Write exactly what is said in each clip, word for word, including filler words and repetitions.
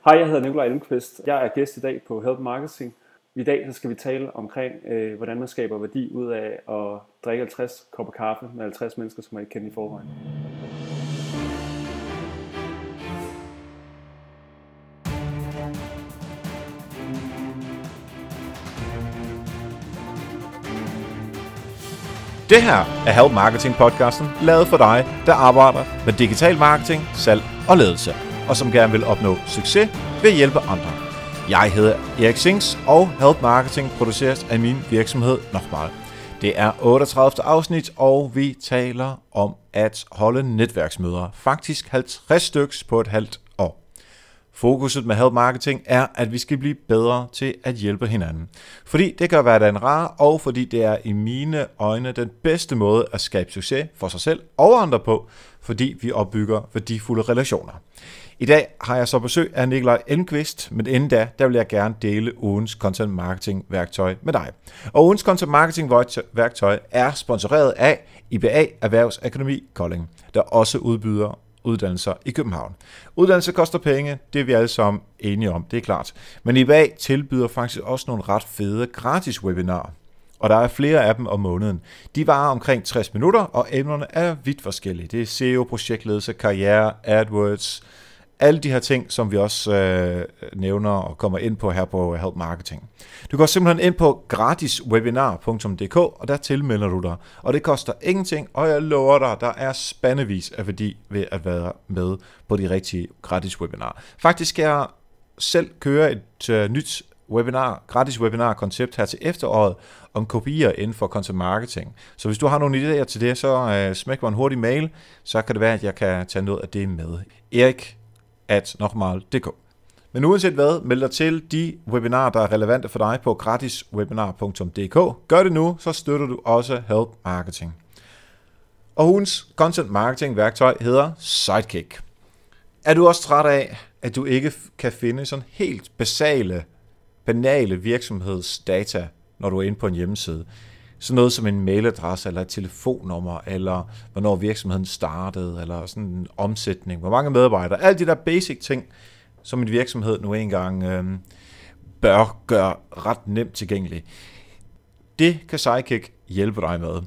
Hej, jeg hedder Nikolaj Elmqvist. Jeg er gæst i dag på Help Marketing. I dag så skal vi tale omkring, øh, hvordan man skaber værdi ud af at drikke halvtreds kopper kaffe med halvtreds mennesker, som man ikke kender i forvejen. Det her er Help Marketing podcasten, lavet for dig, der arbejder med digital marketing, salg og ledelse, og som gerne vil opnå succes ved at hjælpe andre. Jeg hedder Erik Sings, og Help Marketing produceres af min virksomhed Nochmal. Det er otteogtredivte afsnit, og vi taler om at holde netværksmøder. Faktisk halvtreds styks på et halvt år. Fokuset med Help Marketing er, at vi skal blive bedre til at hjælpe hinanden. Fordi det gør hverdagen rar, og fordi det er i mine øjne den bedste måde at skabe succes for sig selv og andre på, fordi vi opbygger værdifulde relationer. I dag har jeg så besøg af Nikolaj Elmqvist, men inden da, der vil jeg gerne dele ugens content marketing værktøj med dig. Og ugens content marketing værktøj er sponsoreret af I B A Erhvervsakademi Kolding, der også udbyder uddannelser i København. Uddannelse koster penge, det er vi alle sammen enige om, det er klart. Men I B A tilbyder faktisk også nogle ret fede gratis webinarer. Og der er flere af dem om måneden. De varer omkring tres minutter, og emnerne er vidt forskellige. Det er S E O, projektledelse, karriere, AdWords, alle de her ting, som vi også øh, nævner og kommer ind på her på Help Marketing. Du går simpelthen ind på gratiswebinar punktum d k, og der tilmelder du dig. Og det koster ingenting, og jeg lover dig, der er spandevis af værdi ved at være med på de rigtige gratiswebinarer. Faktisk skal jeg selv køre et øh, nyt webinar, gratis webinar-koncept her til efteråret om kopier inden for content marketing. Så hvis du har nogle idéer til det, så øh, smæk mig en hurtig mail, så kan det være, at jeg kan tage noget af det med. Erik at nochmal punktum d k. Men uanset hvad, meld dig til de webinarer, der er relevante for dig på gratiswebinar punktum d k. Gør det nu, så støtter du også Help Marketing. Og ugens content marketing værktøj hedder Sidekick. Er du også træt af, at du ikke kan finde sådan helt basale, banale virksomhedsdata, når du er inde på en hjemmeside? Sådan noget som en mailadresse, eller et telefonnummer, eller hvornår virksomheden startede, eller sådan en omsætning, hvor mange medarbejdere. Alle de der basic ting, som en virksomhed nu engang øh, bør gøre ret nemt tilgængeligt. Det kan Sidekick hjælpe dig med.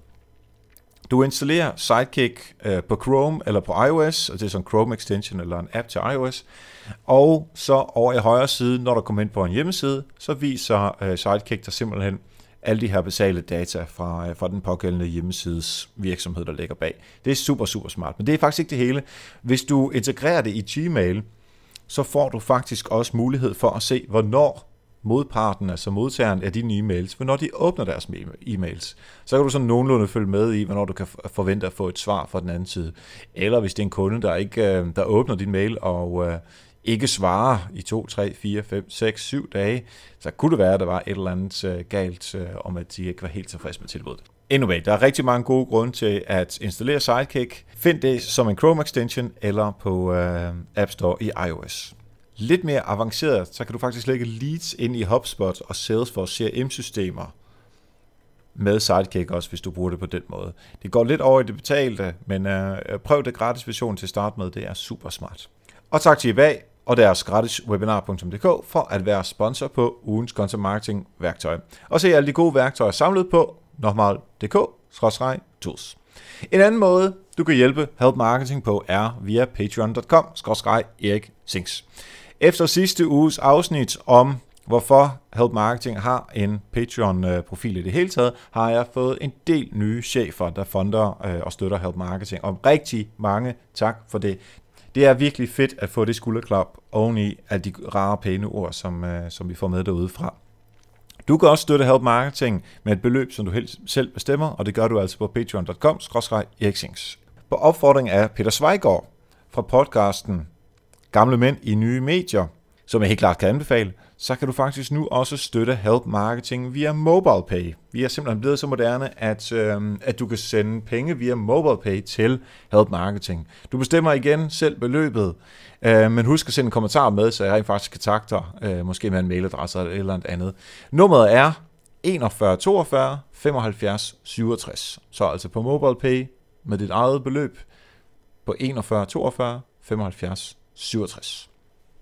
Du installerer Sidekick øh, på Chrome eller på iOS, og det er sådan en Chrome extension eller en app til iOS. Og så over i højre side, når du kommer ind på en hjemmeside, så viser øh, Sidekick dig simpelthen alle de her basale data fra, fra den pågældende hjemmesides virksomhed, der ligger bag. Det er super, super smart, men det er faktisk ikke det hele. Hvis du integrerer det i Gmail, så får du faktisk også mulighed for at se, hvornår modparten, altså modtageren af dine e-mails, hvornår de åbner deres e-mails. Så kan du sådan nogenlunde følge med i, hvornår du kan forvente at få et svar fra den anden side. Eller hvis det er en kunde, der ikke der åbner din mail og øh, ikke svarer i to, tre, fire, fem, seks, syv dage, så kunne det være, at der var et eller andet øh, galt, øh, om at de ikke var helt tilfredse med tilbuddet. Anyway, der er rigtig mange gode grunde til at installere Sidekick. Find det som en Chrome extension eller på øh, App Store i iOS. Lidt mere avanceret, så kan du faktisk lægge leads ind i HubSpot og Salesforce C R M-systemer med Sidekick også, hvis du bruger det på den måde. Det går lidt over i det betalte, men øh, prøv det gratis version til at starte med, det er super smart. Og tak til I B A og deres gratiswebinar punktum d k for at være sponsor på ugens content marketing værktøj. Og se alle de gode værktøjer samlet på nochmal punktum d k skråstreg tools. En anden måde, du kan hjælpe Help Marketing på, er via patreon punktum com skråstreg Erik Sings. Efter sidste uges afsnit om, hvorfor Help Marketing har en Patreon-profil i det hele taget, har jeg fået en del nye chefer, der fonder og støtter Help Marketing. Og rigtig mange tak for det. Det er virkelig fedt at få det skulderklap oveni af de rare, pæne ord, som, som vi får med derude fra. Du kan også støtte Help Marketing med et beløb, som du helst selv bestemmer, og det gør du altså på patreon punktum com skråstreg Erik Sings. På opfordring af Peter Svejgaard fra podcasten Gamle Mænd i Nye Medier, som jeg helt klart kan anbefale, så kan du faktisk nu også støtte Help Marketing via MobilePay. Vi er simpelthen blevet så moderne, at, øh, at du kan sende penge via MobilePay til Help Marketing. Du bestemmer igen selv beløbet, øh, men husk at sende en kommentar med, så jeg rent faktisk kan takte dig, øh, måske med en mailadresse eller et eller andet. Nummeret er enogfyrre toogfyrre femoghalvfjerds syvogtres. Så altså på MobilePay med dit eget beløb på enogfyrre toogfyrre femoghalvfjerds syvogtres.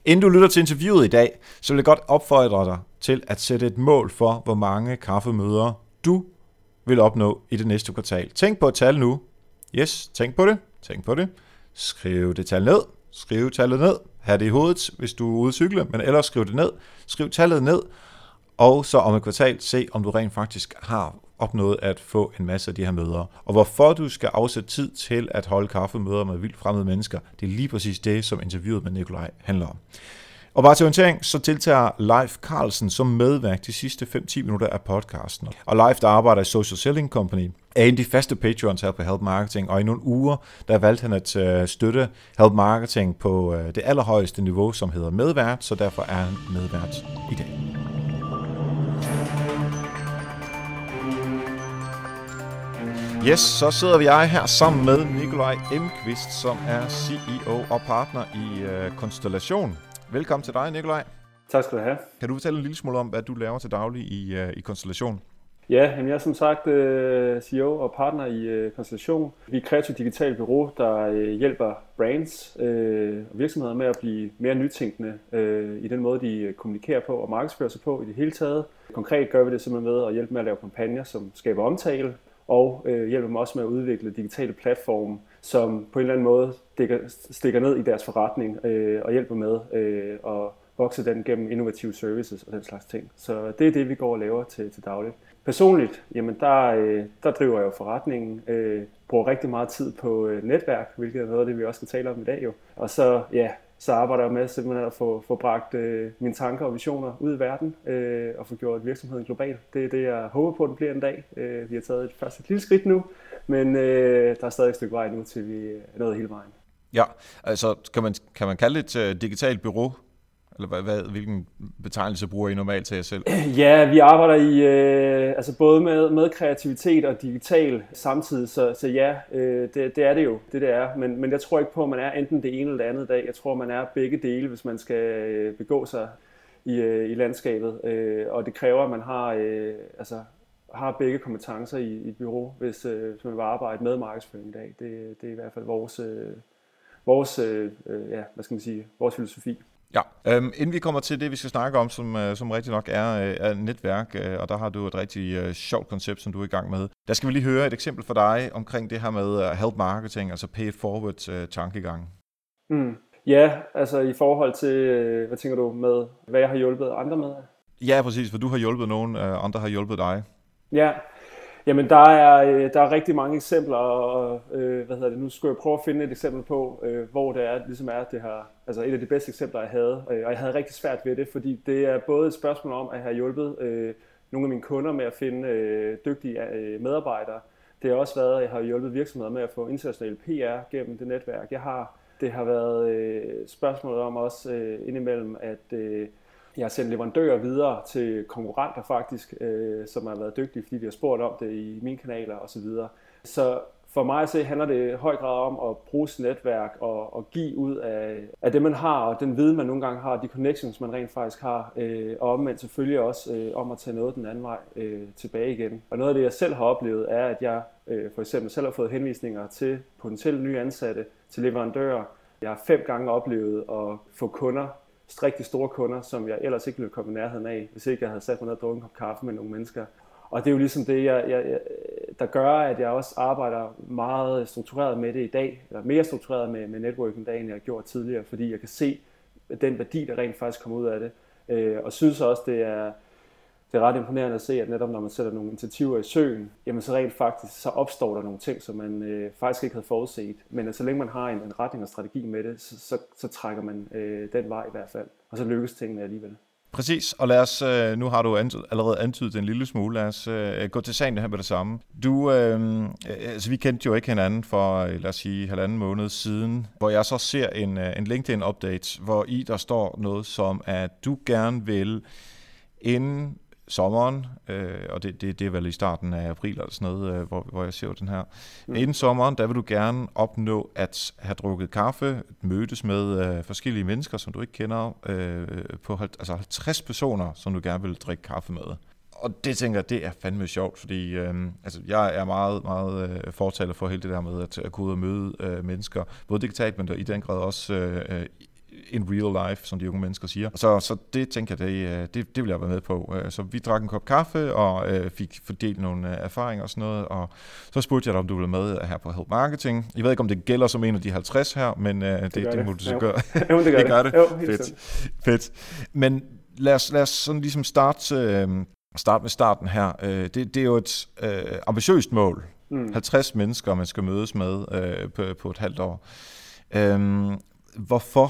Inden du lytter til interviewet i dag, så vil jeg godt opfordre dig til at sætte et mål for, hvor mange kaffemøder du vil opnå i det næste kvartal. Tænk på et tal nu. Yes, tænk på det. Tænk på det. Skriv det tal ned. Skriv tallet ned. Ha' det i hovedet, hvis du er ude at cykle, men ellers skriv det ned. Skriv tallet ned. Og så om et kvartal se, om du rent faktisk har opnået at få en masse af de her møder. Og hvorfor du skal afsætte tid til at holde kaffemøder med vildt fremmede mennesker, det er lige præcis det, som interviewet med Nikolaj handler om. Og bare til orientering, så deltager Leif Carlsen som medvært de sidste fem til ti minutter af podcasten. Og Leif, der arbejder i Social Selling Company, er en af de faste Patreons her på Help Marketing, og i nogle uger, der valgte han at støtte Help Marketing på det allerhøjeste niveau, som hedder medvært, så derfor er han medvært i dag. Yes, så sidder vi her sammen med Nikolaj Emqvist, som er C E O og partner i uh, Constellation. Velkommen til dig, Nikolaj. Tak skal du have. Kan du fortælle en lille smule om, hvad du laver til daglig i, uh, i Constellation? Ja, jeg er som sagt uh, C E O og partner i uh, Constellation. Vi er et kreativt digitalt bureau, der uh, hjælper brands uh, og virksomheder med at blive mere nytænkende uh, i den måde, de kommunikerer på og markedsfører sig på i det hele taget. Konkret gør vi det simpelthen med at hjælpe med at lave kampagner, som skaber omtale, og øh, hjælper dem også med at udvikle digitale platforme, som på en eller anden måde stikker, stikker ned i deres forretning øh, og hjælper med øh, at vokse den gennem innovative services og den slags ting. Så det er det, vi går og laver til, til dagligt. Personligt, jamen der, øh, der driver jeg jo forretningen, øh, bruger rigtig meget tid på øh, netværk, hvilket er noget af det, vi også skal tale om i dag jo. Og så, ja, så arbejder jeg med simpelthen at få, få bragt øh, mine tanker og visioner ud i verden øh, og få gjort virksomheden global. Det er det, jeg håber på, at det bliver en dag. Øh, vi har taget et, først et lille skridt nu, men øh, der er stadig et stykke vej nu, til vi er nået hele vejen. Ja, altså kan man, kan man kalde det et uh, digitalt bureau? Eller hvad, hvad, hvilken betegnelse bruger I normalt til jer selv? Ja, vi arbejder i øh, altså både med, med kreativitet og digital samtidig, så, så ja, øh, det, det er det jo, det det er. Men, men jeg tror ikke på, at man er enten det ene eller det andet i dag. Jeg tror, man er begge dele, hvis man skal begå sig i, øh, i landskabet. Øh, og det kræver, at man har, øh, altså, har begge kompetencer i, i et bureau, hvis, øh, hvis man vil arbejde med markedsføring i dag. Det, det er i hvert fald vores, øh, vores, øh, ja, hvad skal man sige, vores filosofi. Ja, øhm, inden vi kommer til det, vi skal snakke om, som, øh, som rigtig nok er, øh, er netværk, øh, og der har du et rigtig øh, sjovt koncept, som du er i gang med. Der skal vi lige høre et eksempel fra dig omkring det her med uh, help marketing, altså pay it forward øh, tankegang. Mm. Ja, altså i forhold til, øh, hvad tænker du med, hvad jeg har hjulpet andre med? Ja, præcis, for du har hjulpet nogen, øh, andre har hjulpet dig. Ja, jamen der er, der er rigtig mange eksempler, og øh, hvad hedder det, nu skal jeg prøve at finde et eksempel på, øh, hvor det er, ligesom er det her, altså et af de bedste eksempler, jeg havde, og jeg havde rigtig svært ved det, fordi det er både et spørgsmål om at have hjulpet øh, nogle af mine kunder med at finde øh, dygtige øh, medarbejdere. Det har også været, at jeg har hjulpet virksomheder med at få international P R gennem det netværk, jeg har. Det har været øh, spørgsmålet om også øh, indimellem, at øh, jeg har sendt leverandører videre til konkurrenter faktisk, øh, som har været dygtige, fordi de har spurgt om det i mine kanaler osv. Så, så for mig at se handler det i høj grad om at bruge sit netværk og, og give ud af, af det, man har, og den viden, man nogle gange har, de connections, man rent faktisk har, øh, og omvendt selvfølgelig også øh, om at tage noget den anden vej øh, tilbage igen. Og noget af det, jeg selv har oplevet, er, at jeg øh, for eksempel selv har fået henvisninger til potentielle nye ansatte, til leverandører. Jeg har fem gange oplevet at få kunder, rigtig store kunder, som jeg ellers ikke ville komme i nærheden af, hvis ikke jeg havde sat mig ned og drukket en kop kaffe med nogle mennesker. Og det er jo ligesom det, jeg, jeg, der gør, at jeg også arbejder meget struktureret med det i dag, eller mere struktureret med, med networking i dag, end jeg har gjort tidligere, fordi jeg kan se den værdi, der rent faktisk kommer ud af det. Øh, og synes også, det er, det er ret imponerende at se, at netop når man sætter nogle initiativer i søen, jamen så rent faktisk, så opstår der nogle ting, som man øh, faktisk ikke havde forudset. Men så længe man har en, en retning og strategi med det, så, så, så trækker man øh, den vej i hvert fald. Og så lykkes tingene alligevel. Præcis, og lad os, nu har du allerede antydet en lille smule, lad os uh, gå til sagen her med det samme. Du, uh, altså vi kendte jo ikke hinanden for, lad os sige, halvanden måned siden, hvor jeg så ser en, en LinkedIn-update, hvor i der står noget som, at du gerne vil inden sommeren, øh, og det, det, det er vel i starten af april eller sådan noget, øh, hvor, hvor jeg ser den her. Mm. Inden sommeren, der vil du gerne opnå at have drukket kaffe, mødes med øh, forskellige mennesker, som du ikke kender, øh, på altså halvtreds personer, som du gerne vil drikke kaffe med. Og det tænker jeg, det er fandme sjovt, fordi øh, altså, jeg er meget, meget øh, fortaler for hele det der med at, at gå ud og møde øh, mennesker, både digitalt, men i den grad også øh, in real life, som de unge mennesker siger. Så, så det tænker jeg, det, det, det vil jeg være med på. Så vi drak en kop kaffe og øh, fik fordelt nogle erfaringer og sådan noget, og så spurgte jeg dig, om du ville med her på Help Marketing. Jeg ved ikke, om det gælder som en af de halvtreds her, men øh, det, det, det må du så gøre. Jo, det gør det. gør det. Jo, Fedt. Fedt. Men lad os, lad os sådan ligesom starte, øh, starte med starten her. Øh, det, det er jo et øh, ambitiøst mål. Mm. halvtreds mennesker, man skal mødes med øh, på, på et halvt år. Øhm, hvorfor?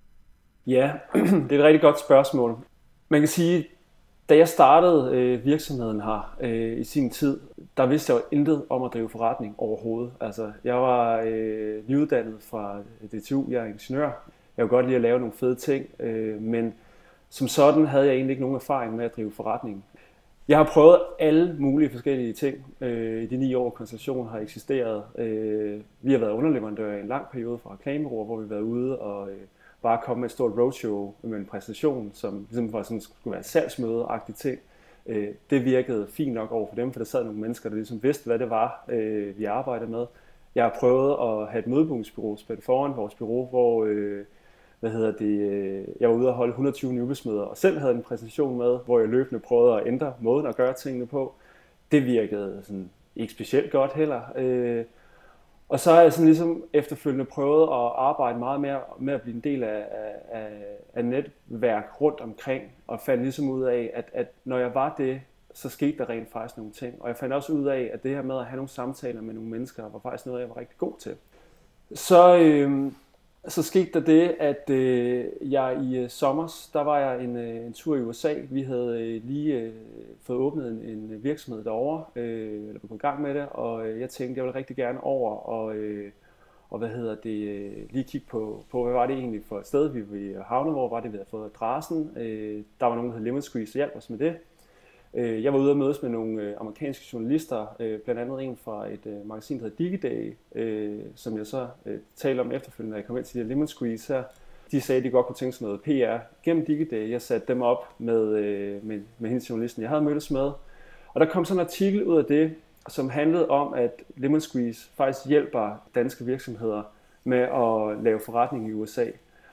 Ja, det er et rigtig godt spørgsmål. Man kan sige, da jeg startede øh, virksomheden her øh, i sin tid, der vidste jeg jo intet om at drive forretning overhovedet. Altså, jeg var øh, nyuddannet fra D T U, jeg er ingeniør. Jeg kunne godt lide at lave nogle fede ting, øh, men som sådan havde jeg egentlig ikke nogen erfaring med at drive forretning. Jeg har prøvet alle mulige forskellige ting øh, i de ni år, Konstellation har eksisteret. Øh, vi har været underleverandører i en lang periode fra reklamebureauer, hvor vi har været ude og øh, bare komme med et stort roadshow med en præsentation, som ligesom var sådan, skulle være et salgsmøde-agtigt ting. Øh, det virkede fint nok over for dem, for der sad nogle mennesker, der ligesom vidste, hvad det var, øh, vi arbejdede med. Jeg har prøvet at have et mødebookningsbureau spændt foran vores bureau, hvor øh, hvad hedder det, jeg var ude og holde et hundrede og tyve nyhedsmøder, og selv havde en præsentation med, hvor jeg løbende prøvede at ændre måden at gøre tingene på. Det virkede sådan ikke specielt godt heller. Øh, og så har jeg sådan ligesom efterfølgende prøvet at arbejde meget mere med at blive en del af, af, af netværk rundt omkring, og fandt ligesom ud af, at, at når jeg var det, så skete der rent faktisk nogle ting. Og jeg fandt også ud af, at det her med at have nogle samtaler med nogle mennesker, var faktisk noget, jeg var rigtig god til. Så... Øh, Så skete der det, at øh, jeg i øh, sommers, der var jeg en, øh, en tur i U S A. Vi havde øh, lige øh, fået åbnet en, en virksomhed derovre, øh, eller var på gang med det, og øh, jeg tænkte, jeg ville rigtig gerne over og, øh, og hvad hedder det, øh, lige kigge på, på, hvad var det egentlig for et sted, vi ville havne, hvor var det, vi havde fået adressen. Øh, der var nogen, der hed Lemon Squeeze, og hjalp os med det. Jeg var ude og mødes med nogle amerikanske journalister, blandt andet en fra et magasin, der hedder Digiday, som jeg så talte om efterfølgende, da jeg kom ind til de Lemon Squeeze her. De sagde, at de godt kunne tænke sig noget P R gennem Digiday. Jeg satte dem op med, med, med hendes journalisten, jeg havde mødtes med. Og der kom sådan en artikel ud af det, som handlede om, at Lemon Squeeze faktisk hjælper danske virksomheder med at lave forretning i U S A.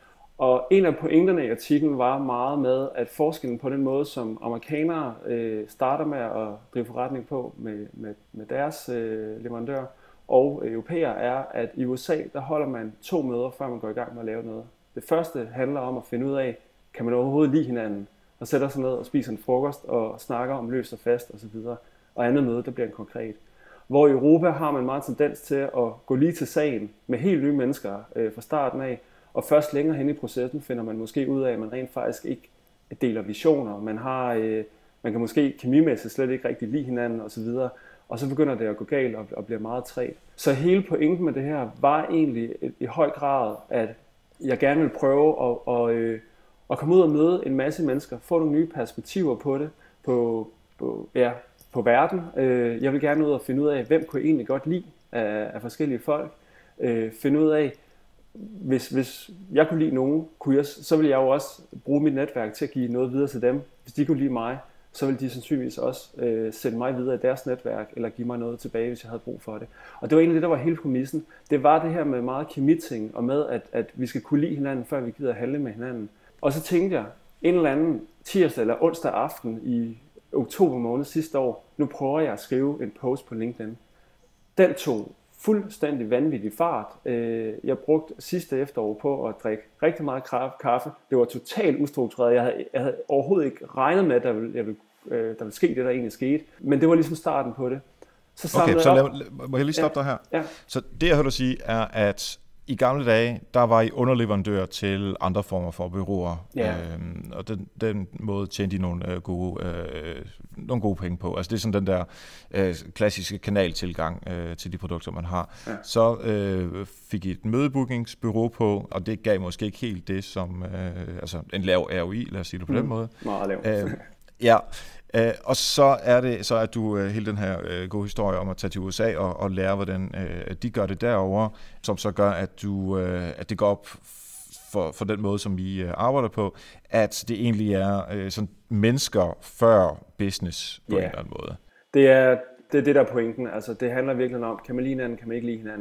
Og en af pointerne i artiklen var meget med, at forskellen på den måde, som amerikanere øh, starter med at drive forretning på med, med, med deres øh, leverandør, og europæere er, at i U S A, der holder man to møder, før man går i gang med at lave noget. Det første handler om at finde ud af, kan man overhovedet lide hinanden, og sætter sig ned og spiser en frokost og snakker om løst og fast osv. Og andet møde, der bliver en konkret. Hvor i Europa har man meget tendens til at gå lige til sagen med helt nye mennesker øh, fra starten af, og først længere hen i processen finder man måske ud af, at man rent faktisk ikke deler visioner. Man, har, øh, man kan måske kemimæssigt slet ikke rigtig lide hinanden osv., og så begynder det at gå galt og, og bliver meget træt. Så hele pointen med det her var egentlig et, i høj grad, at jeg gerne vil prøve at, og, øh, at komme ud og møde en masse mennesker, få nogle nye perspektiver på det, på, på, ja, på verden. Øh, jeg vil gerne ud og finde ud af, hvem kunne jeg egentlig godt lide af, af forskellige folk. Øh, finde ud af, Hvis, hvis jeg kunne lide nogen, kunne jeg, så ville jeg jo også bruge mit netværk til at give noget videre til dem. Hvis de kunne lide mig, så ville de sandsynligvis også øh, sende mig videre i deres netværk, eller give mig noget tilbage, hvis jeg havde brug for det. Og det var egentlig det, der var hele præmissen. Det var det her med meget kemiting, og med, at, at vi skal kunne lide hinanden, før vi gider at handle med hinanden. Og så tænkte jeg, en eller anden tirsdag eller onsdag aften i oktober måned sidste år, nu prøver jeg at skrive en post på LinkedIn. Den tog fuldstændig vanvittig fart. Jeg brugte sidste efterår på at drikke rigtig meget kaffe. Det var totalt ustruktureret. Jeg havde, jeg havde overhovedet ikke regnet med, at der ville, jeg ville, der ville ske det, der egentlig skete. Men det var ligesom starten på det. Så okay, så lad, må jeg lige stoppe ja, dig her? Ja. Så det, jeg hørte dig sige, er, at i gamle dage, der var I underleverandør til andre former for bureauer, ja. øhm, og den, den måde tjente I nogle, øh, gode, øh, nogle gode penge på. Altså det er sådan den der øh, klassiske kanaltilgang øh, til de produkter, man har. Ja. Så øh, fik I et mødebookingsbureau på, og det gav måske ikke helt det som øh, altså en lav R O I, lad os sige det på mm. den måde. Meget lav. Øh, ja. Uh, og så er det så at du uh, hele den her uh, gode historie om at tage til U S A og, og lære hvordan uh, de gør det derovre, som så gør at du uh, at det går op for for den måde som vi uh, arbejder på, at det egentlig er uh, sådan mennesker før business på yeah. en eller anden måde. Det er det er det der er pointen. Altså det handler virkelig om, kan man lide hinanden, kan man ikke lide hinanden.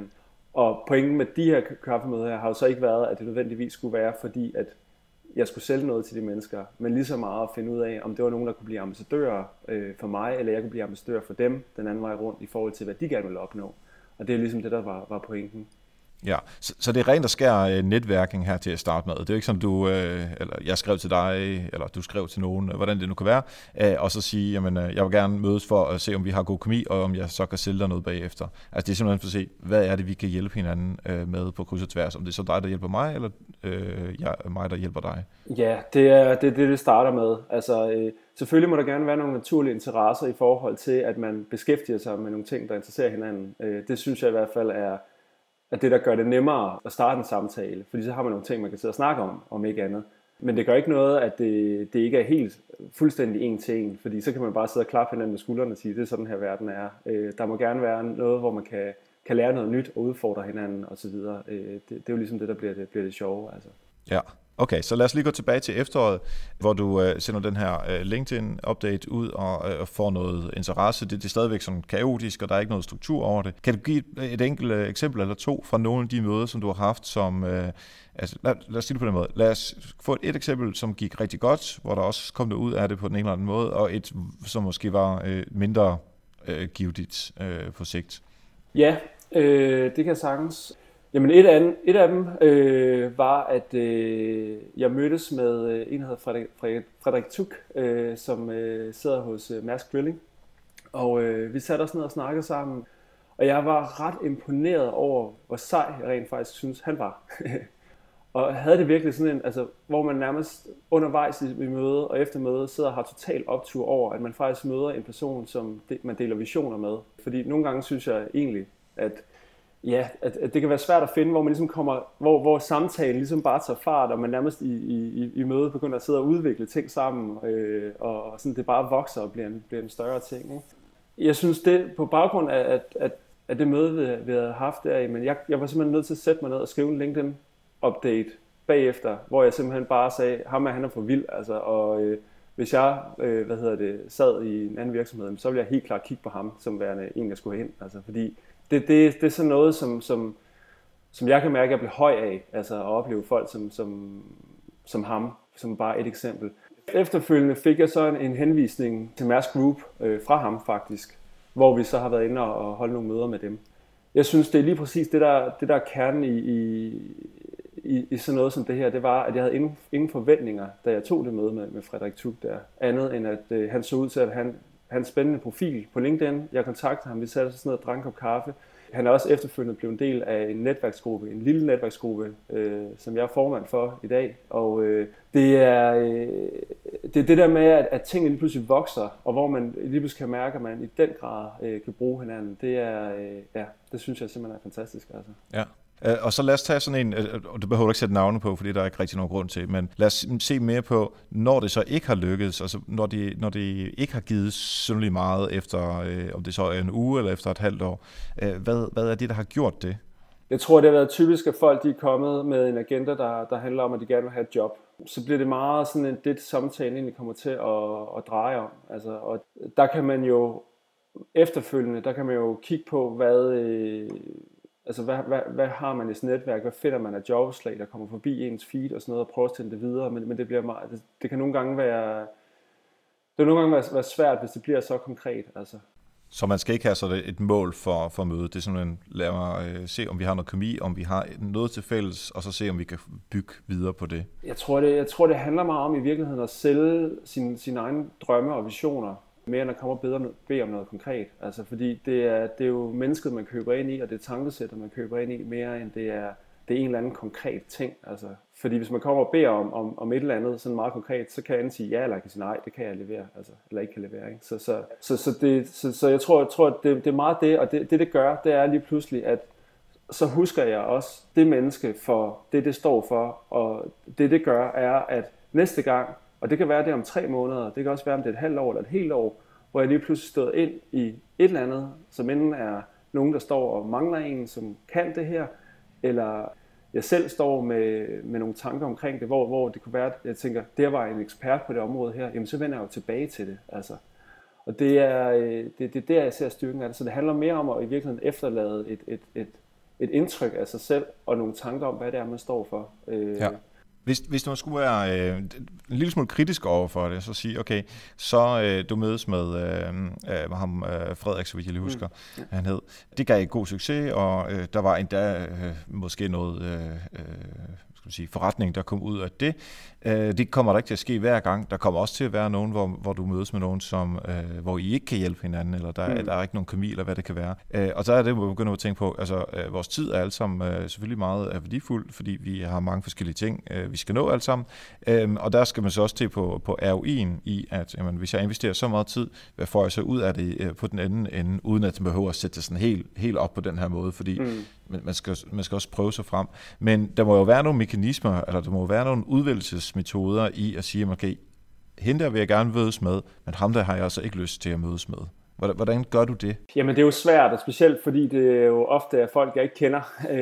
Og pointen med de her kaffemøder her har jo så ikke været, at det nødvendigvis skulle være, fordi at jeg skulle sælge noget til de mennesker, men lige så meget at finde ud af, om det var nogen, der kunne blive ambassadører øh, for mig, eller jeg kunne blive ambassadør for dem den anden vej rundt, i forhold til, hvad de gerne ville opnå. Og det er ligesom det, der var, var pointen. Ja, så, så det er rent og skær netværking her til at starte med. Det er jo ikke sådan, du, øh, eller jeg skrev til dig, eller du skrev til nogen, hvordan det nu kan være, øh, og så sige, jamen, jeg vil gerne mødes for at se, om vi har god kemi, og om jeg så kan sælge dig noget bagefter. Altså det er simpelthen for at se, hvad er det, vi kan hjælpe hinanden øh, med på kryds og tværs. Om det er så dig, der hjælper mig, eller øh, jeg, mig, der hjælper dig. Ja, det er det, det, det starter med. Altså, øh, selvfølgelig må der gerne være nogle naturlige interesser i forhold til, at man beskæftiger sig med nogle ting, der interesserer hinanden. Øh, det synes jeg i hvert fald er at det, der gør det nemmere at starte en samtale, fordi så har man nogle ting, man kan sidde og snakke om, om ikke andet. Men det gør ikke noget, at det, det ikke er helt fuldstændig en til en, fordi så kan man bare sidde og klappe hinanden med skuldrene og sige, det er sådan her verden er. Øh, der må gerne være noget, hvor man kan, kan lære noget nyt og udfordre hinanden osv. Øh, det, det er jo ligesom det, der bliver det, bliver det sjove. Altså. Ja. Okay, så lad os lige gå tilbage til efteråret, hvor du øh, sender den her øh, LinkedIn-update ud og øh, får noget interesse. Det, det er stadigvæk sådan kaotisk, og der er ikke noget struktur over det. Kan du give et, et enkelt øh, eksempel eller to fra nogle af de møder, som du har haft, som... Øh, altså, lad, lad os sige det på den måde. Lad os få et, et eksempel, som gik rigtig godt, hvor der også kom noget ud af det på den ene eller anden måde, og et, som måske var øh, mindre øh, givetigt øh, på sigt. Ja, øh, det kan jeg sagtens... Jamen et af, et af dem øh, var, at øh, jeg mødtes med øh, en, der hedder Frederik, Frederik, Frederik Tuk, øh, som øh, sidder hos øh, Mærsk Drilling. Og øh, vi satte os ned og snakkede sammen, og jeg var ret imponeret over, hvor sej jeg rent faktisk synes, han var. Og havde det virkelig sådan en, altså, hvor man nærmest undervejs i, i møde og efter møde sidder og har total optur over, at man faktisk møder en person, som de, man deler visioner med. Fordi nogle gange synes jeg egentlig, at Ja, at, at det kan være svært at finde, hvor man ligesom kommer, hvor, hvor samtalen ligesom bare tager fart, og man nærmest i, i, i mødet begynder at sidde og udvikle ting sammen, øh, og sådan det bare vokser og bliver en, bliver en større ting. Ikke? Jeg synes det, på baggrund af at, at, at det møde, vi, vi havde haft der, men jeg, jeg var simpelthen nødt til at sætte mig ned og skrive en LinkedIn-update bagefter, hvor jeg simpelthen bare sagde, ham er han er for vild, altså, og øh, hvis jeg øh, hvad hedder det, sad i en anden virksomhed, så ville jeg helt klart kigge på ham, som værende en, jeg skulle hen, altså, fordi Det, det, det er sådan noget, som, som, som jeg kan mærke, at jeg bliver høj af, altså at opleve folk som, som, som ham, som bare et eksempel. Efterfølgende fik jeg så en, en henvisning til Mærsk Group øh, fra ham faktisk, hvor vi så har været inde og holde nogle møder med dem. Jeg synes, det er lige præcis det, der, det der er kernen i, i, i, i sådan noget som det her, det var, at jeg havde ingen, ingen forventninger, da jeg tog det møde med, med Frederik Tuk der, andet end at øh, han så ud til, at han hans spændende profil på LinkedIn. Jeg kontaktede ham, vi satte os ned og drak en kop kaffe. Han er også efterfølgende blevet en del af en netværksgruppe, en lille netværksgruppe, øh, som jeg er formand for i dag. Og øh, det, er, øh, det er det der med, at, at tingene lige pludselig vokser, og hvor man lige pludselig kan mærke, at man i den grad øh, kan bruge hinanden. Det er, øh, ja, det synes jeg simpelthen er fantastisk. Altså. Ja. Og så lad os tage sådan en, og det behøver du ikke sætte navne på, fordi der er ikke rigtig nogen grund til, men lad os se mere på, når det så ikke har lykkedes, altså når det, når det ikke har givet synderligt meget efter, øh, om det så er en uge eller efter et halvt år, øh, hvad, hvad er det, der har gjort det? Jeg tror, det har været typisk, at folk de er kommet med en agenda, der, der handler om, at de gerne vil have et job. Så bliver det meget sådan en, det samtalen egentlig kommer til at, at dreje om. Altså, og der kan man jo efterfølgende, der kan man jo kigge på, hvad... Øh, Altså, hvad, hvad, hvad har man i sit netværk? Hvad finder man af jobopslag, der kommer forbi ens feed og sådan noget, og prøver at sende det videre? Men, men det bliver meget, det, det kan nogle gange være, det kan nogle gange være, være svært, hvis det bliver så konkret. Altså. Så man skal ikke have sådan et mål for, for mødet. Det er simpelthen, lad mig øh, se, om vi har noget kemi, om vi har noget til fælles, og så se, om vi kan bygge videre på det. Jeg tror, det, jeg tror, det handler meget om i virkeligheden at sælge sine sin egne drømme og visioner, mere end at komme og bede om, bede om noget konkret. Altså, fordi det er, det er jo mennesket, man køber ind i, og det er tankesættet, man køber ind i, mere end det er, det er en eller anden konkret ting. Altså, fordi hvis man kommer og beder om, om, om et eller andet sådan meget konkret, så kan jeg enten sige ja, eller jeg kan sige nej, det kan jeg levere, altså, eller ikke kan levere. Ikke? Så, så, så, så, det, så, så jeg tror, jeg tror at det, det er meget det, og det, det det gør, det er lige pludselig, at så husker jeg også det menneske for det, det står for, og det, det gør, er, at næste gang, og det kan være det om tre måneder, det kan også være om det er et halvt år eller et helt år, hvor jeg lige pludselig stod ind i et eller andet, som enten er nogen, der står og mangler en, som kan det her, eller jeg selv står med, med nogle tanker omkring det, hvor, hvor det kunne være, at jeg tænker, der var en ekspert på det område her, jamen så vender jeg jo tilbage til det. Altså. Og det er, det, det er der, jeg ser styrken af det. Så det handler mere om at i virkeligheden efterlade et, et, et, et indtryk af sig selv, og nogle tanker om, hvad det er, man står for. Øh, ja. Hvis, hvis du skulle være øh, en lille smule kritisk over for det, så sige, okay, så øh, du mødes med øh, øh, ham, øh, Frederik, så vidt jeg lige husker, mm. ja. han hed. Det gav god succes, og øh, der var endda øh, måske noget øh, øh, skal man sige, forretning, der kom ud af det. Øh, det kommer der ikke til at ske hver gang. Der kommer også til at være nogen, hvor, hvor du mødes med nogen, som, øh, hvor I ikke kan hjælpe hinanden, eller der, mm. der er ikke nogen kemi, eller hvad det kan være. Øh, og så er det, hvor vi begynder at tænke på, altså øh, vores tid er alle sammen øh, selvfølgelig meget værdifuld, fordi vi har mange forskellige ting, øh, vi skal nå alt sammen. Øhm, og der skal man så også til på, på R O I'en i, at jamen, hvis jeg investerer så meget tid, hvad får jeg så ud af det øh, på den anden ende, uden at man behøver at sætte det sådan helt, helt op på den her måde, fordi mm. man, skal, man skal også prøve sig frem. Men der må jo være nogle mekanismer, eller der må jo være nogle udvælgelsesmetoder i at sige, okay, hende der vil jeg gerne mødes med, men ham der har jeg altså ikke lyst til at mødes med. Hvordan gør du det? Jamen det er jo svært, og specielt fordi det er jo ofte er folk, jeg ikke kender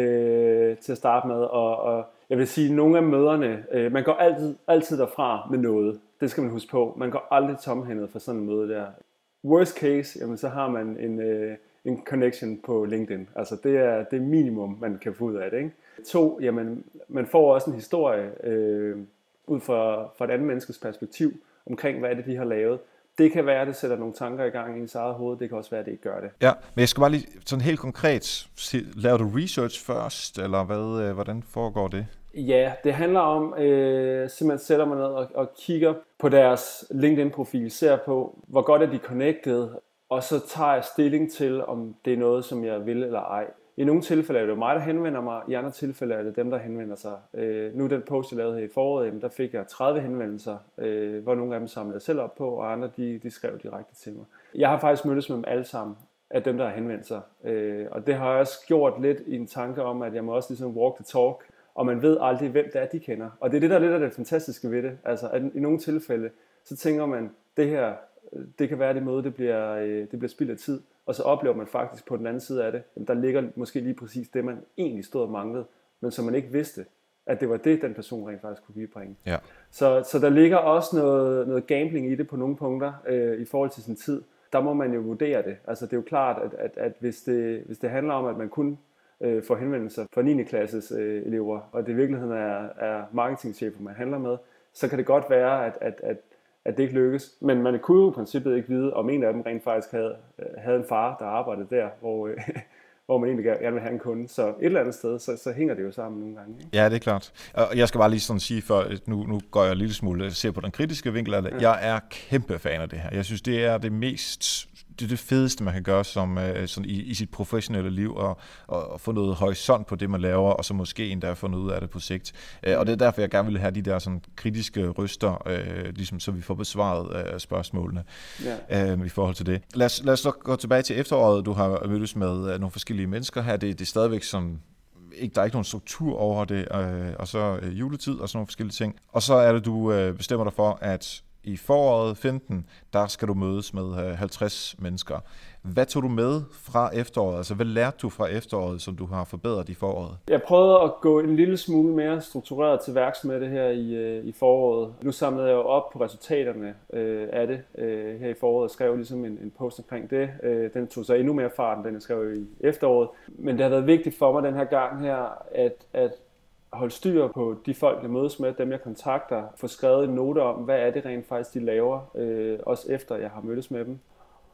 øh, til at starte med, og, og jeg vil sige, at nogle af møderne, øh, man går altid, altid derfra med noget. Det skal man huske på. Man går aldrig tomhændet for sådan en møde der. Worst case, jamen så har man en, øh, en connection på LinkedIn. Altså det er det minimum, man kan få ud af det, ikke? To, jamen man får også en historie øh, ud fra, fra et andet menneskes perspektiv omkring, hvad er det, de har lavet. Det kan være, at det sætter nogle tanker i gang i ens eget hoved. Det kan også være, at det ikke gør det. Ja, men jeg skal bare lige sådan helt konkret, laver du research først, eller hvad, hvordan foregår det? Ja, det handler om, øh, simpelthen sætter man ned og, og kigger på deres LinkedIn-profil, ser på, hvor godt er de connected, og så tager jeg stilling til, om det er noget, som jeg vil eller ej. I nogle tilfælde er det jo mig, der henvender mig, i andre tilfælde er det dem, der henvender sig. Øh, nu den post, jeg lavede her i foråret, jamen, der fik jeg tredive henvendelser, øh, hvor nogle af dem samlede jeg selv op på, og andre de, de skrev direkte til mig. Jeg har faktisk mødtes med dem alle sammen, af dem, der har henvendt sig. Øh, og det har jeg også gjort lidt i en tanke om, at jeg må også ligesom walk the talk, og man ved aldrig, hvem det er, de kender. Og det er det, der er lidt af det fantastiske ved det. Altså, at i nogle tilfælde, så tænker man, det her, det kan være, at det møde, det bliver, det bliver spild af tid. Og så oplever man faktisk på den anden side af det, at der ligger måske lige præcis det, man egentlig stod og manglede, men som man ikke vidste, at det var det, den person rent faktisk kunne bibringe. Ja. Så, så der ligger også noget, noget gambling i det på nogle punkter øh, i forhold til sin tid. Der må man jo vurdere det. Altså det er jo klart, at, at, at hvis, det, hvis det handler om, at man kun øh, får henvendelser fra niende klasses øh, elever, og det i virkeligheden er, er marketingchefer, man handler med, så kan det godt være, at, at, at at det ikke lykkes. Men man kunne jo i princippet ikke vide, om en af dem rent faktisk havde, havde en far, der arbejdede der, hvor, øh, hvor man egentlig gerne vil have en kunde. Så et eller andet sted, så, så hænger det jo sammen nogle gange. Ikke? Ja, det er klart. Og jeg skal bare lige sådan sige, for nu, nu går jeg en lille smule ser på den kritiske vinkel af det. Ja. Jeg er kæmpe fan af det her. Jeg synes, det er det mest... Det er det fedeste, man kan gøre som, øh, sådan i, i sit professionelle liv, og, og, og få noget horisont på det, man laver, og så måske endda få noget ud af det på sigt. Øh, og det er derfor, jeg gerne vil have de der sådan, kritiske røster, øh, ligesom, så vi får besvaret øh, spørgsmålene ja. øh, i forhold til det. Lad os, lad os så gå tilbage til efteråret. Du har mødtes med øh, nogle forskellige mennesker her. Det, det er stadigvæk sådan... Ikke, der er ikke nogen struktur over det, øh, og så øh, juletid og sådan nogle forskellige ting. Og så er det, du øh, bestemmer dig for, at i foråret femten, der skal du mødes med halvtreds mennesker. Hvad tog du med fra efteråret? Altså, hvad lærte du fra efteråret, som du har forbedret i foråret? Jeg prøvede at gå en lille smule mere struktureret til værks med det her i, i foråret. Nu samlede jeg jo op på resultaterne øh, af det øh, her i foråret og skrev ligesom en, en post omkring det. Øh, den tog så endnu mere fart, end den jeg skrev i efteråret. Men det har været vigtigt for mig den her gang her, at, at holde styr på de folk, jeg mødes med, dem jeg kontakter, få skrevet en note om, hvad er det rent faktisk, de laver, øh, også efter jeg har mødtes med dem.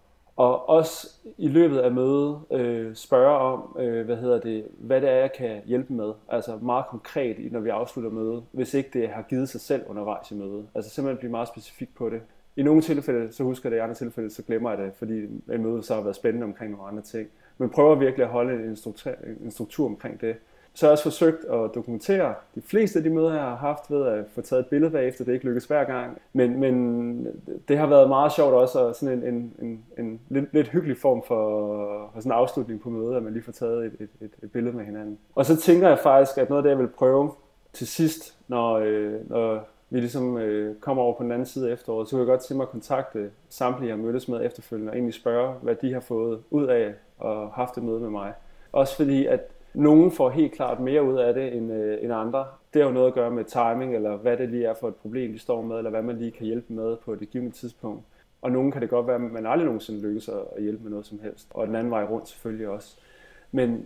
Og også i løbet af mødet øh, spørge om, øh, hvad hedder det, hvad det er, jeg kan hjælpe med. Altså meget konkret, når vi afslutter mødet, hvis ikke det har givet sig selv undervejs i mødet. Altså simpelthen blive meget specifik på det. I nogle tilfælde, så husker jeg det, i andre tilfælde, så glemmer jeg det, fordi en møde så har været spændende omkring nogle andre ting. Men prøver virkelig at holde en struktur, en struktur omkring det. Så har jeg også forsøgt at dokumentere de fleste af de møder, jeg har haft, ved at få taget et billede bagefter. Det ikke lykkes hver gang. Men, men det har været meget sjovt også, og sådan en, en, en, en lidt, lidt hyggelig form for, for sådan en afslutning på mødet, at man lige får taget et, et, et, et billede med hinanden. Og så tænker jeg faktisk, at noget af det, jeg vil prøve til sidst, når, øh, når vi ligesom øh, kommer over på den anden side af efteråret, så vil jeg godt tænke mig at kontakte samtlige, jeg har mødtes med efterfølgende, og egentlig spørge, hvad de har fået ud af at haft et møde med mig. Også fordi, at nogen får helt klart mere ud af det end, øh, end andre. Det har jo noget at gøre med timing, eller hvad det lige er for et problem, de står med, eller hvad man lige kan hjælpe med på det givne tidspunkt. Og nogen kan det godt være, at man aldrig nogensinde lykkes at hjælpe med noget som helst. Og den anden vej rundt selvfølgelig også. Men